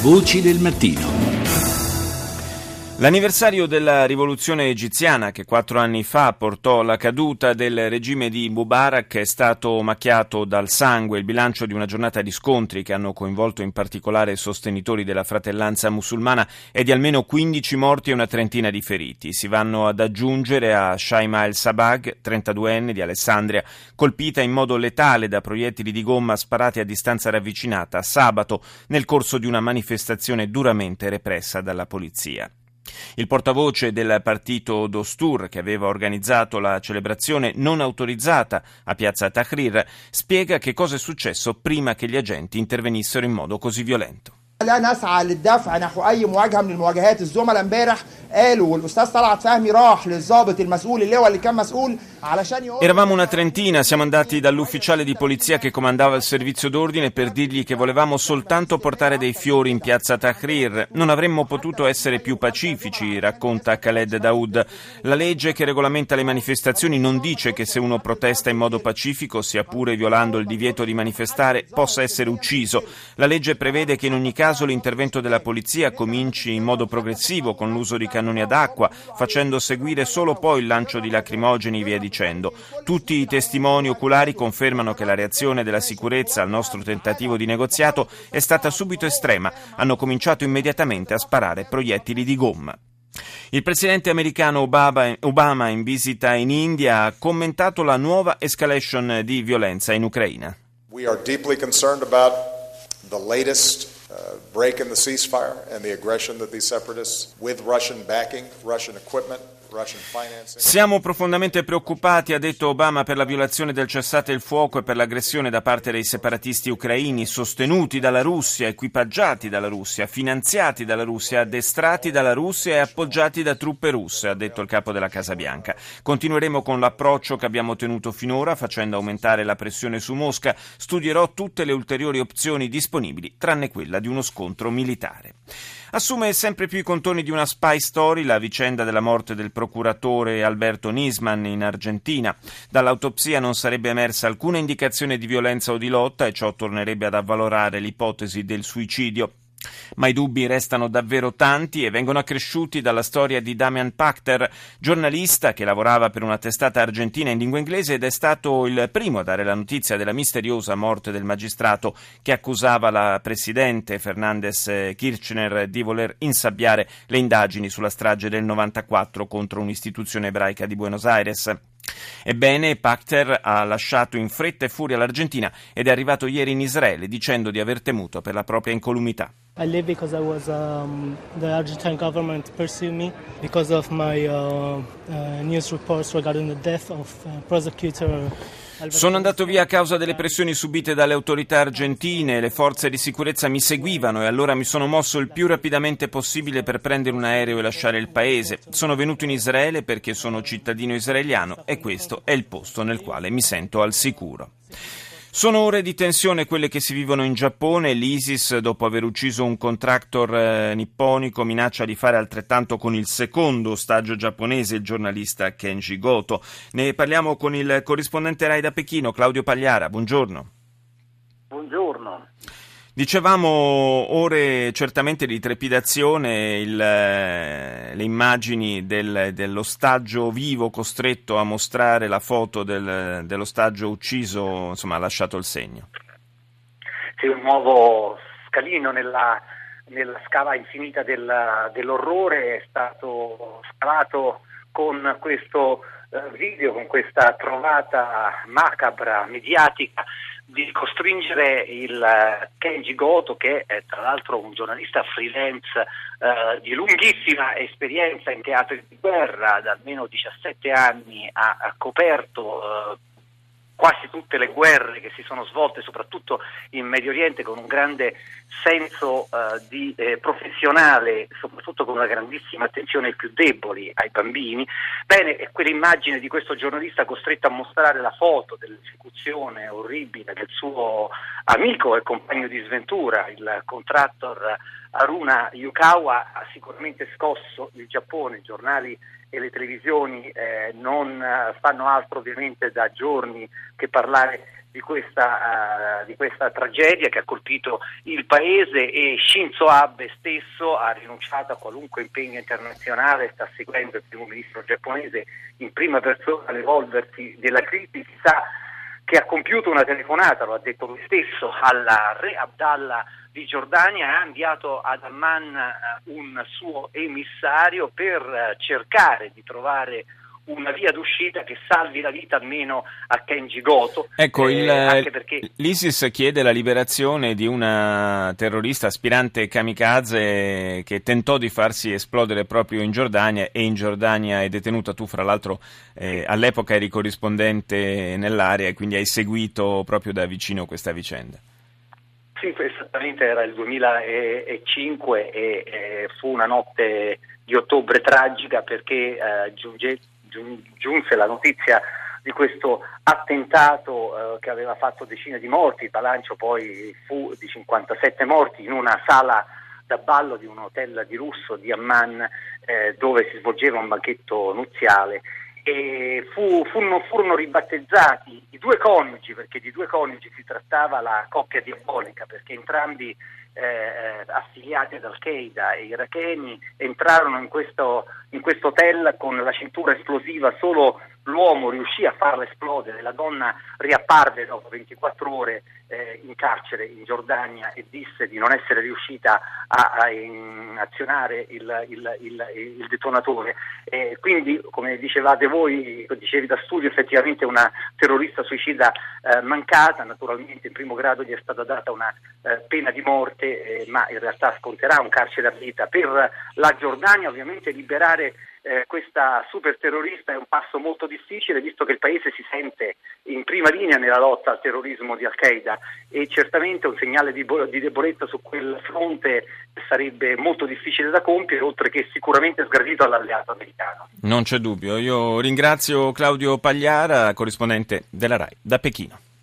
Voci del mattino. L'anniversario della rivoluzione egiziana, che 4 anni fa portò alla caduta del regime di Mubarak, è stato macchiato dal sangue. Il bilancio di una giornata di scontri che hanno coinvolto in particolare sostenitori della fratellanza musulmana è di almeno 15 morti e una trentina di feriti. Si vanno ad aggiungere a Shaima El-Sabag, 32enne di Alessandria, colpita in modo letale da proiettili di gomma sparati a distanza ravvicinata sabato nel corso di una manifestazione duramente repressa dalla polizia. Il portavoce del partito Dostur, che aveva organizzato la celebrazione non autorizzata a piazza Tahrir, spiega che cosa è successo prima che gli agenti intervenissero in modo così violento. لا نسعى للدفع نحو أي مواجهة من المواجهات. الزملاء امبارح قالوا والأستاذ طلعت فهمي راح للضابط المسؤول اللواء اللي كان مسؤول علشان يقول. Eravamo una trentina, siamo andati dall'ufficiale di polizia che comandava il servizio d'ordine per dirgli che volevamo soltanto portare dei fiori in piazza Tahrir. Non avremmo potuto essere più pacifici, racconta Khaled Daoud. La legge che regolamenta le manifestazioni non dice che se uno protesta in modo pacifico, sia pure violando il divieto di manifestare, possa essere ucciso. La legge prevede che in ogni caso l'intervento della polizia cominci in modo progressivo con l'uso di cannoni ad acqua, facendo seguire solo poi il lancio di lacrimogeni e via dicendo. Tutti i testimoni oculari confermano che la reazione della sicurezza al nostro tentativo di negoziato è stata subito estrema. Hanno cominciato immediatamente a sparare proiettili di gomma. Il presidente americano Obama, in visita in India, ha commentato la nuova escalation di violenza in Ucraina. We are deeply concerned about the latest break in the ceasefire and the aggression that these separatists, with Russian backing, Russian equipment, Russian financing. Siamo profondamente preoccupati, ha detto Obama, per la violazione del cessate il fuoco e per l'aggressione da parte dei separatisti ucraini sostenuti dalla Russia, equipaggiati dalla Russia, finanziati dalla Russia, addestrati dalla Russia e appoggiati da truppe russe, ha detto il capo della Casa Bianca. Continueremo con l'approccio che abbiamo tenuto finora, facendo aumentare la pressione su Mosca. Studierò tutte le ulteriori opzioni disponibili, tranne quella di uno scontro militare. Assume sempre più i contorni di una spy story la vicenda della morte del procuratore Alberto Nisman in Argentina. Dall'autopsia non sarebbe emersa alcuna indicazione di violenza o di lotta e ciò tornerebbe ad avvalorare l'ipotesi del suicidio. Ma i dubbi restano davvero tanti e vengono accresciuti dalla storia di Damian Pachter, giornalista che lavorava per una testata argentina in lingua inglese ed è stato il primo a dare la notizia della misteriosa morte del magistrato che accusava la presidente Fernández Kirchner di voler insabbiare le indagini sulla strage del 94 contro un'istituzione ebraica di Buenos Aires. Ebbene, Pachter ha lasciato in fretta e furia l'Argentina ed è arrivato ieri in Israele dicendo di aver temuto per la propria incolumità. I live because the Argentine government pursued me because of my news reports regarding the death of prosecutor. Sono andato via a causa delle pressioni subite dalle autorità argentine, le forze di sicurezza mi seguivano e allora mi sono mosso il più rapidamente possibile per prendere un aereo e lasciare il paese. Sono venuto in Israele perché sono cittadino israeliano e questo è il posto nel quale mi sento al sicuro. Sono ore di tensione quelle che si vivono in Giappone. L'ISIS, dopo aver ucciso un contractor nipponico, minaccia di fare altrettanto con il secondo ostaggio giapponese, il giornalista Kenji Goto. Ne parliamo con il corrispondente Rai da Pechino, Claudio Pagliara. Buongiorno. Buongiorno. Dicevamo ore certamente di trepidazione, le immagini dell'ostaggio vivo costretto a mostrare la foto dell'ostaggio ucciso, insomma ha lasciato il segno. C'è un nuovo scalino nella scala infinita dell'orrore, è stato scalato con questo video, con questa trovata macabra, mediatica, di costringere il Kenji Goto, che è tra l'altro un giornalista freelance di lunghissima esperienza in teatri di guerra, da almeno 17 anni ha coperto quasi tutte le guerre che si sono svolte, soprattutto in Medio Oriente, con un grande senso di professionale, soprattutto con una grandissima attenzione ai più deboli, ai bambini. Bene, è quell'immagine di questo giornalista costretto a mostrare la foto dell'esecuzione orribile del suo amico e compagno di sventura, il contractor Haruna Yukawa, ha sicuramente scosso il Giappone. I giornali e le televisioni non fanno altro ovviamente da giorni che parlare di questa tragedia che ha colpito il paese, e Shinzo Abe stesso ha rinunciato a qualunque impegno internazionale, sta seguendo il primo ministro giapponese in prima persona l'evolversi della crisi. Si sa che ha compiuto una telefonata, lo ha detto lui stesso, al re Abdallah di Giordania, e ha inviato ad Amman un suo emissario per cercare di trovare una via d'uscita che salvi la vita almeno a Kenji Goto. Ecco, anche perché l'ISIS chiede la liberazione di una terrorista aspirante kamikaze che tentò di farsi esplodere proprio in Giordania, e in Giordania è detenuta. Tu, fra l'altro, all'epoca eri corrispondente nell'area e quindi hai seguito proprio da vicino questa vicenda. Sì, esattamente, era il 2005 e fu una notte di ottobre tragica, perché giunse la notizia di questo attentato che aveva fatto decine di morti. Il balancio poi fu di 57 morti in una sala da ballo di un hotel di lusso di Amman, dove si svolgeva un banchetto nuziale, e furono ribattezzati i due coniugi, perché di due coniugi si trattava, la coppia diabolica, perché entrambi affiliati ad Al-Qaeda e iracheni entrarono in questo hotel con la cintura esplosiva. Solo l'uomo riuscì a farla esplodere, la donna riapparve dopo 24 ore in carcere in Giordania e disse di non essere riuscita a azionare il detonatore. Quindi, come dicevate voi, dicevi da studio, effettivamente una terrorista suicida mancata. Naturalmente in primo grado gli è stata data una pena di morte, ma in realtà sconterà un carcere a vita. Per la Giordania ovviamente liberare questa super terrorista è un passo molto difficile, visto che il paese si sente in prima linea nella lotta al terrorismo di Al-Qaeda, e certamente un segnale di debolezza su quel fronte sarebbe molto difficile da compiere, oltre che sicuramente sgradito all'alleato americano. Non c'è dubbio. Io ringrazio Claudio Pagliara, corrispondente della RAI da Pechino.